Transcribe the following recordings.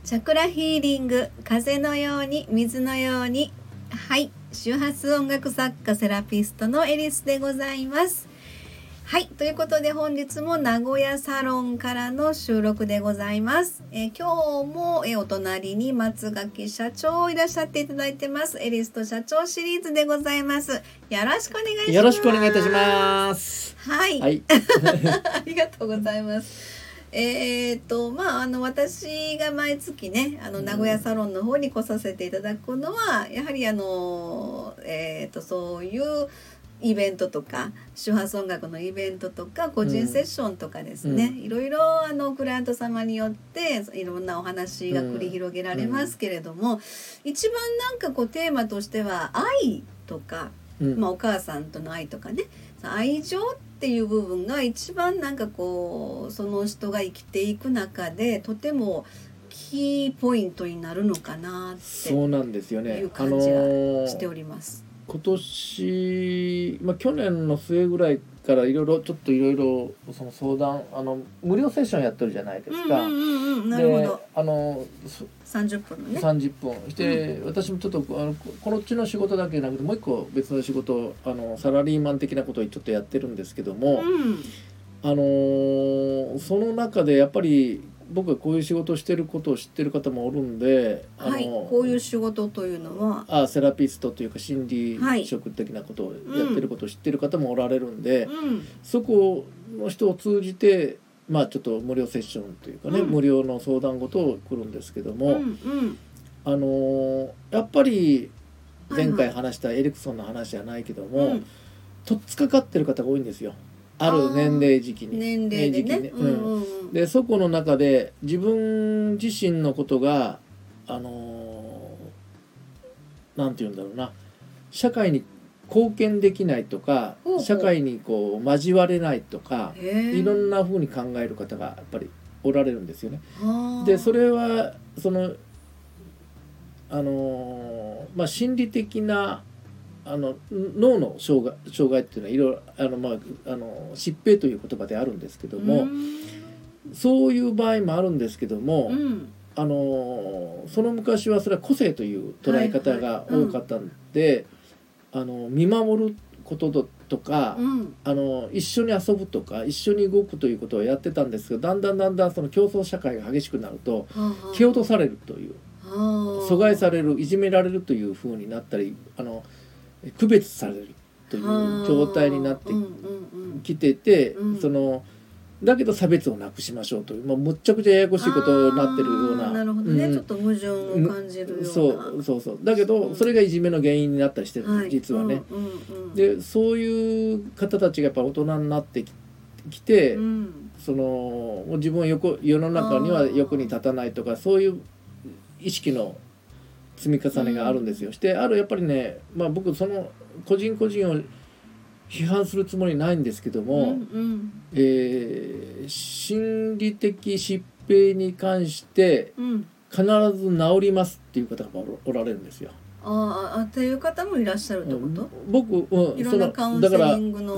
チャクラヒーリング、風のように水のように。はい、周波数音楽作家セラピストのエリスでございます。はい、ということで本日も名古屋サロンからの収録でございます。今日もお隣に松垣社長いらっしゃっていただいてます。エリスと社長シリーズでございます。よろしくお願いします。 よろしくお願いいたします。 はい、はい、ありがとうございます。私が毎月ね名古屋サロンの方に来させていただくのはやはりそういうイベントとか周波数音楽のイベントとか個人セッションとかですね、いろいろクライアント様によっていろんなお話が繰り広げられますけれども、一番なんかこうテーマとしては愛とか、お母さんとの愛とかね、愛情っていう部分が一番なんかこうその人が生きていく中でとてもキーポイントになるのかなっていう感じがしております。 今年、去年の末ぐらいからいろいろその相談無料セッションやってるじゃないですか。 なるほど。30分のね。 30分して、私もちょっとこっちの仕事だけじゃなくてもう一個別の仕事サラリーマン的なことをちょっとやってるんですけども、その中でやっぱり僕がこういう仕事をしてることを知ってる方もおるんで、 こういう仕事というのはセラピストというか心理職的なことをやってることを知ってる方もおられるんで、そこの人を通じてちょっと無料セッションというかね、無料の相談事を来るんですけども、やっぱり前回話したエリクソンの話じゃないけども、とっつかかってる方が多いんですよ。ある年齢時期に。 年齢でね。 でそこの中で自分自身のことがなんて言うんだろうな、社会に貢献できないとか、社会にこう交われないとか、いろんな風に考える方がやっぱりおられるんですよね。でそれはその心理的な脳の障害っていうのはいろいろ疾病という言葉であるんですけども、そういう場合もあるんですけども、その昔はそれは個性という捉え方が多かったんで、見守ることとか、一緒に遊ぶとか一緒に動くということをやってたんですけど、だんだんその競争社会が激しくなると蹴落とされるという、阻害される、いじめられるという風になったり区別されるという状態になってきてて、だけど差別をなくしましょうという、むっちゃくちゃややこしいことになってるような。 なるほどね、ちょっと矛盾を感じるような。 そうだけどそれがいじめの原因になったりしてる、実はね。でそういう方たちがやっぱ大人になってきて、自分は世の中には横に立たないとか、そういう意識の積み重ねがあるんですよ。してやっぱりね、僕その個人を批判するつもりないんですけども、心理的疾病に関して必ず治りますっていう方がおられるんですよ。 っていう方もいらっしゃるってこと？ 僕、 いろんなカウンセリングの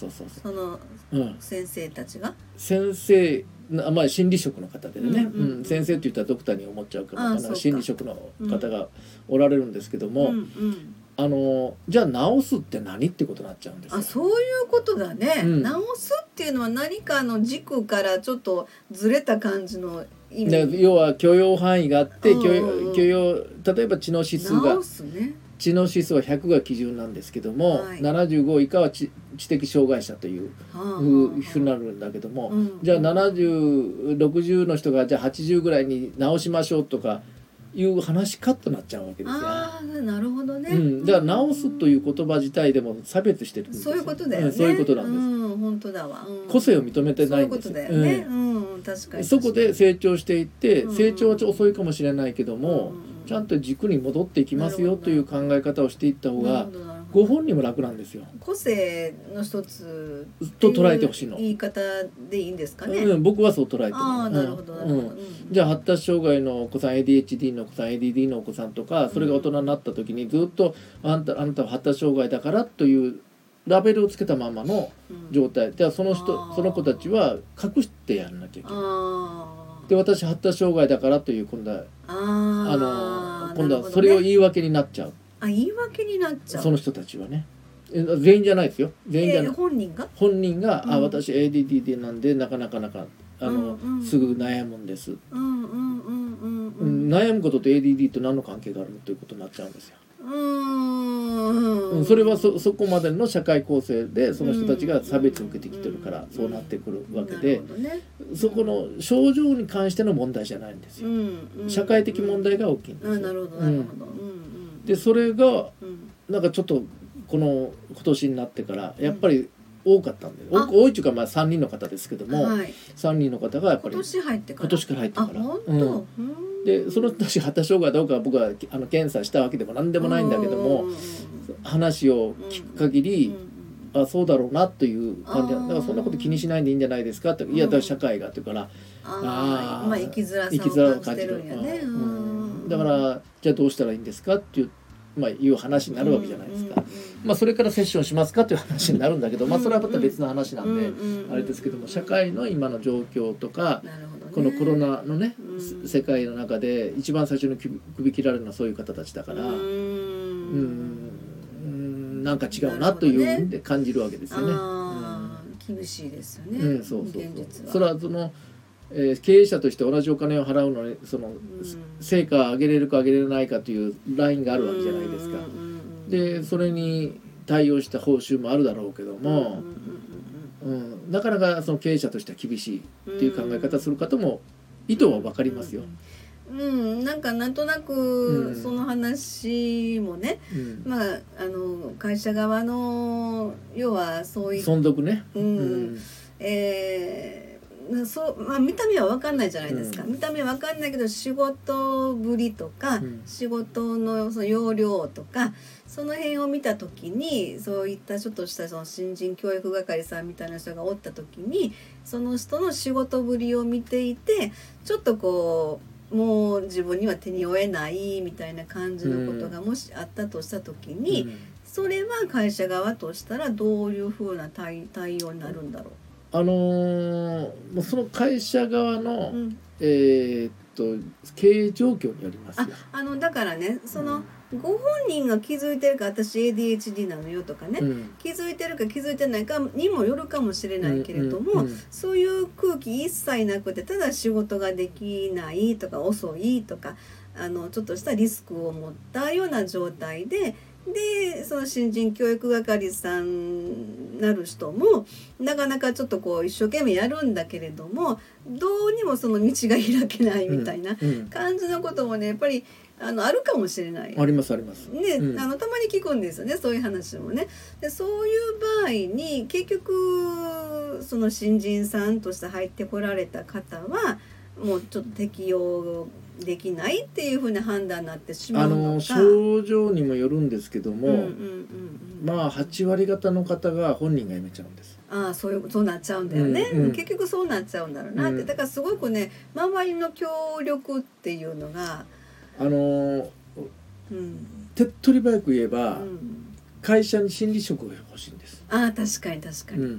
先生たちが先生、心理職の方でね、先生って言ったらドクターに思っちゃうから心理職の方がおられるんですけども、じゃあ治すって何ってことになっちゃうんですよ。 そういうことだね。治すっていうのは何か軸からちょっとずれた感じの意味。 要は許容範囲があって、例えば知能指数は100が基準なんですけども、75以下は知的障害者というふうになるんだけども、じゃあ60の人がじゃあ80ぐらいに治しましょうとかいう話かとなっちゃうわけですよ。 なるほどね。 だから治すという言葉自体でも差別してるんですよ。 そういうことだよね。 そういうことなんです。 本当だわ。 個性を認めてないんですよ。 そういうことだよね。確かに。 そこで成長していって、成長は遅いかもしれないけども、ちゃんと軸に戻っていきますよという考え方をしていった方がご本人も楽なんですよ。 個性の一つと捉えてほしいの。 言い方でいいんですかね。 僕はそう捉えてる。 なるほど。 じゃあ発達障害のお子さん、 ADHD のお子さん、 ADD のお子さんとか、それが大人になった時にずっとあなたは発達障害だからというラベルをつけたままの状態では、その子たちは隠してやんなきゃいけない。 で私発達障害だからという今度は今度はそれを言い訳になっちゃう。 言い訳になっちゃう。 その人たちはね、全員じゃないですよ。全員じゃない。 本人が、 私 ADD なんでなかなかすぐ悩むんです。悩むことと ADD と何の関係があるのということになっちゃうんですよ。それはそこまでの社会構成でその人たちが差別を受けてきてるからそうなってくるわけで、そこの症状に関しての問題じゃないんですよ。社会的問題が大きいんですよ。 なるほどなるほど。 でそれがなんかちょっと今年になってからやっぱり多かったんで、多いというか3人の方ですけども、3人の方がやっぱり今年から入ってから。でその人たちが発達障害どうかは僕は検査したわけでも何でもないんだけども、話を聞く限り、そうだろうなという感じだからそんなこと気にしないでいいんじゃないですかって、いやだから社会がって言うから生きづらさを感じてるんやね。 だからじゃあどうしたらいいんですかっていう話になるわけじゃないですか。それからセッションしますかという話になるんだけど、それはまた別の話なんであれですけども、社会の今の状況とかこのコロナのね世界の中で一番最初に首切られるのはそういう方たちだから、なんか違うなという意味で感じるわけですよね。 厳しいですよね。現実は。 それは経営者として同じお金を払うのに成果を上げれるか上げれないかというラインがあるわけじゃないですか。でそれに対応した報酬もあるだろうけども、なかなかその経営者としては厳しいっていう考え方する方も意図は分かりますよ。 なんとなくその話もね、会社側の要はそういう存続ね、 見た目は分かんないじゃないですか。見た目は分かんないけど仕事ぶりとか、仕事のその要領とかその辺を見た時に、そういったちょっとしたその新人教育係さんみたいな人がおった時に、その人の仕事ぶりを見ていてちょっともう自分には手に負えないみたいな感じのことがもしあったとした時に、それは会社側としたらどういうふうな対応になるんだろう。 その会社側の、経営状況によりますよ。 だからね、ご本人が気づいてるか、私 ADHD なのよとかね、気づいてるか気づいてないかにもよるかもしれないけれども、そういう空気一切なくて、ただ仕事ができないとか遅いとかちょっとしたリスクを持ったような状態でその新人教育係さんなる人もなかなかちょっと一生懸命やるんだけれども、どうにもその道が開けないみたいな感じのこともね、やっぱりあるかもしれない。 ありますあります。 ね、たまに聞くんですよね、そういう話もね。でそういう場合に結局その新人さんとして入ってこられた方はもうちょっと適用できないっていうふうな判断になってしまうのか。 症状にもよるんですけども、8割方の方が本人が辞めちゃうんです。 そうなっちゃうんだよね、結局そうなっちゃうんだろうなって、だからすごくね、周りの協力っていうのが手っ取り早く言えば、会社に心理職が欲しいんです。 確かに、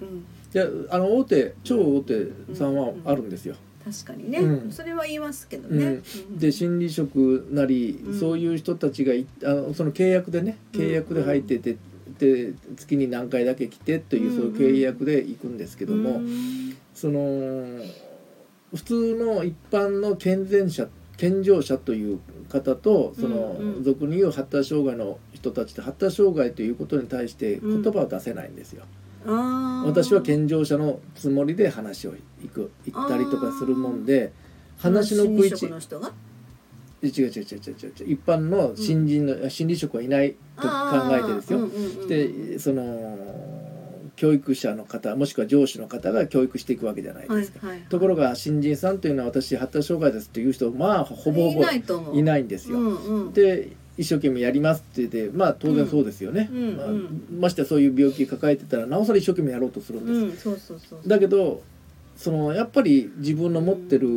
超大手さんはあるんですよ。 確かにね、それは言いますけどね。 で心理職なり、そういう人たちがその契約で入ってて、で月に何回だけ来てというそういう契約で行くんですけども、普通の一般の健常者という方と俗に言う発達障害の人たちって発達障害ということに対して言葉を出せないんですよ。私は健常者のつもりで話を行ったりとかするもんで、話の食い違い。違う一般の新人の心理職はいないと考えてですよ。で教育者の方もしくは上司の方が教育していくわけじゃないですか。ところが新人さんというのは私発達障害ですっていう人ほぼほぼいないんですよ。で一生懸命やりますって言って当然そうですよね。ましてそういう病気抱えてたらなおさら一生懸命やろうとするんです。だけどやっぱり自分の持ってる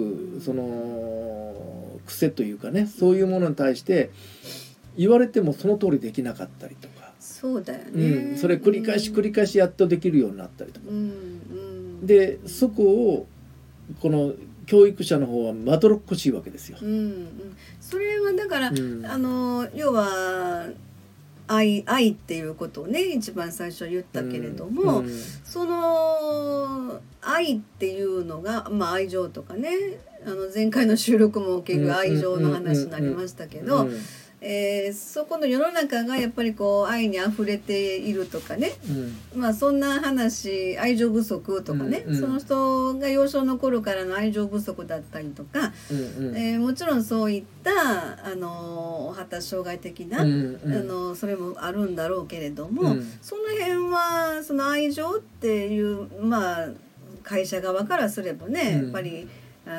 癖というかね、そういうものに対して言われてもその通りできなかったりとか、 そうだよね、 それ繰り返しやっとできるようになったりとか、でそこをこの教育者の方はまどろっこしいわけですよ。 うんうん、それはだから、 うん、 要は愛っていうことをね一番最初言ったけれども、 うん、 その愛っていうのが、まあ、愛情とかね前回の収録も結局愛情の話になりましたけど、そこの世の中がやっぱりこう愛にあふれているとかね、まあそんな話愛情不足とかね、その人が幼少の頃からの愛情不足だったりとか、もちろんそういった発達障害的な、それもあるんだろうけれども、その辺はその愛情っていうまあ会社側からすればね、やっぱり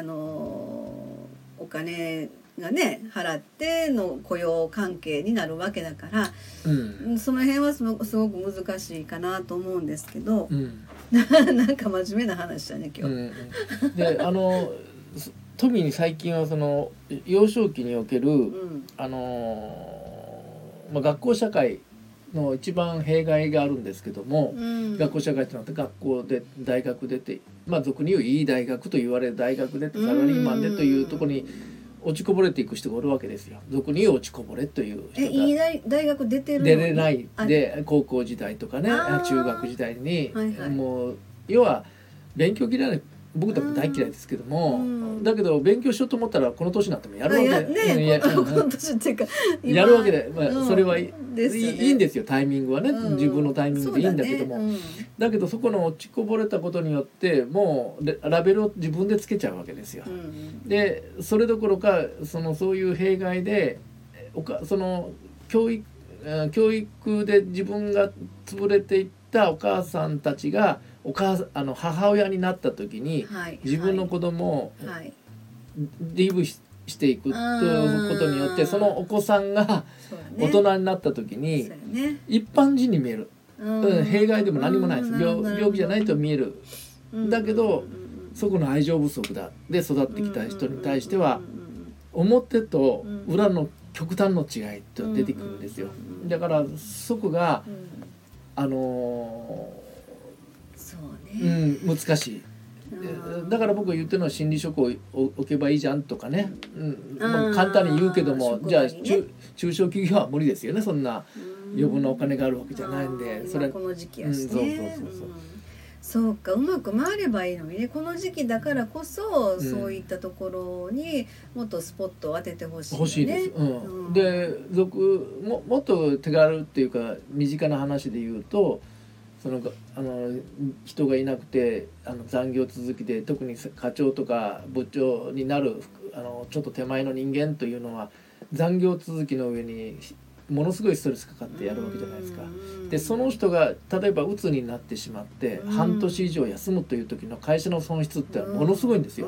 お金がね払っての雇用関係になるわけだから、その辺はすごく難しいかなと思うんですけど、なんか真面目な話だね今日。 で特に最近はその幼少期における、学校社会の一番弊害があるんですけども、学校社会ってのは学校で大学出て、俗に言ういい大学と言われる大学出てサラリーマンでというところに落ちこぼれていく人がおるわけですよ。俗に言う落ちこぼれという人がいい大学出てるの出れないで、高校時代とかね中学時代に、もう要は勉強嫌いな僕でも大嫌いですけども、だけど勉強しようと思ったらこの年になってもやるわけで、 この年っていうかやるわけで、それはいいんですよ、タイミングはね、自分のタイミングでいいんだけども、だけどそこの落ちこぼれたことによってもうラベルを自分でつけちゃうわけですよ。でそれどころかそういう弊害でその教育で自分が潰れていったお母さんたちが母親になった時に、自分の子供を DV していくということによって、そのお子さんが大人になった時に一般人に見える、弊害でも何もないです、病気じゃないと見える、だけどそこの愛情不足だで育ってきた人に対しては表と裏の極端の違いって出てくるんですよ。だからそこが難しい。だから僕が言ってるのは心理職を置けばいいじゃんとかね、簡単に言うけども、じゃあ中小企業は無理ですよね、そんな余分なお金があるわけじゃないんで、それこの時期やしね、そうか、うまく回ればいいのにね、この時期だからこそ、そういったところにもっとスポットを当ててほしい、ね、 欲しいです。でもっと手軽っていうか身近な話で言うと、人がいなくて残業続きで、特に課長とか部長になるちょっと手前の人間というのは残業続きの上にものすごいストレスかかってやるわけじゃないですか。でその人が例えば鬱になってしまって半年以上休むという時の会社の損失ってものすごいんですよ。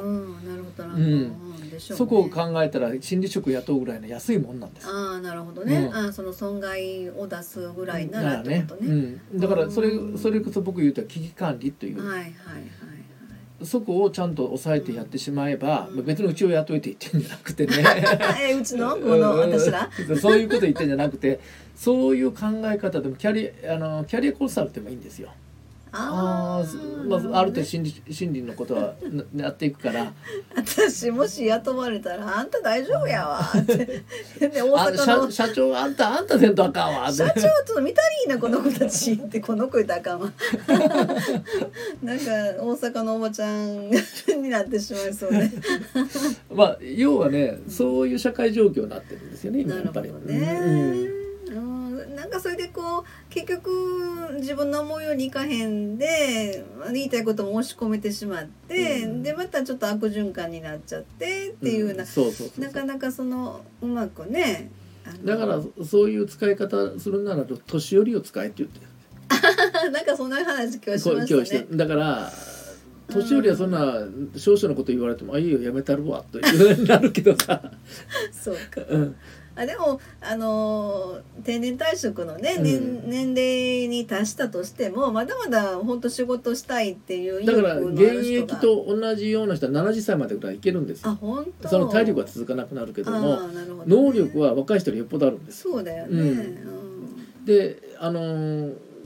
そこを考えたら心理職雇うぐらいの安いもんなんです。 なるほどね、その損害を出すぐらいならってことね。 だからそれこそ僕言うと危機管理という、そこをちゃんと抑えてやってしまえば、別にうちを雇いて言ってんじゃなくてねうちのこの私らそういうこと言ってんじゃなくて、そういう考え方でもキャリアコンサルでもいいんですよ。ある程度心理のことはやっていくから。 私もし雇われたら「あんた大丈夫やわ」ってで大阪の社長あんたせんとあかんわ社長ちょっと見たりいいなこの子たちってこの子言ったらあかんわなんか大阪のおばちゃんになってしまいそうで要はね、そういう社会状況になってるんですよね今やっぱり。 なるほどね。なんかそれでこう結局自分の思うようにいかへんで言いたいことも押し込めてしまって、でまたちょっと悪循環になっちゃってっていうような、なかなかうまくね、 だからそういう使い方するなら年寄りを使えって言ってなんかそんな話今日しましたね。 だから年寄りはそんな少々のこと言われても「いいよやめたるわ」というなるけどさそうか、でも定年退職のね、年齢に達したとしてもまだまだ本当仕事したいっていう意欲のある人が、 だから現役と同じような人は70歳までぐらいいけるんですよ。 本当。 その体力は続かなくなるけども、能力は若い人よりよっぽどあるんです。 そうだよね。 で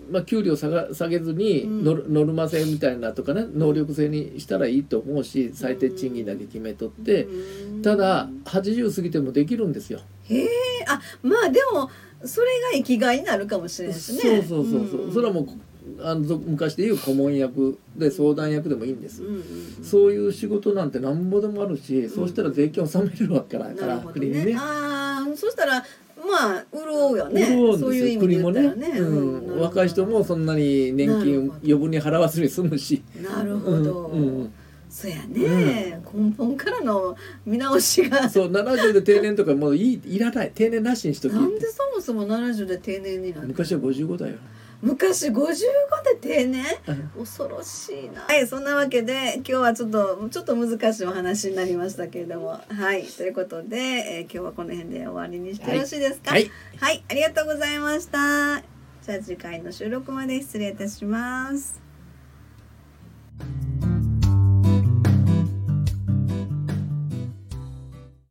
給料下げずにノルマ制みたいなとかね、能力制にしたらいいと思うし、最低賃金だけ決めとって、ただ80過ぎてもできるんですよ。 へえ、あ、まあでもそれが生きがいになるかもしれないですね。 そう、それはもう昔でいう顧問役で相談役でもいいんです、そういう仕事なんてなんぼでもあるし、そうしたら税金を納めれるわけだから、国にね。 ああ、そしたらまあ潤うよね。 潤うんですよ、 そういう意味で言ったらね。 若い人もそんなに年金を余分に払わずに済むし。 なるほど。そうやね、根本からの見直しが。 そう、70で定年とかもういらない、定年なしにしとき。 なんでそもそも70で定年になるの？ 昔は55だよ。 昔55で定年、恐ろしいな。はい、そんなわけで今日はちょっと難しいお話になりましたけれども、はい、ということで、今日はこの辺で終わりにしてよろしいですか？はい、はい、ありがとうございました。じゃあ次回の収録まで失礼いたします。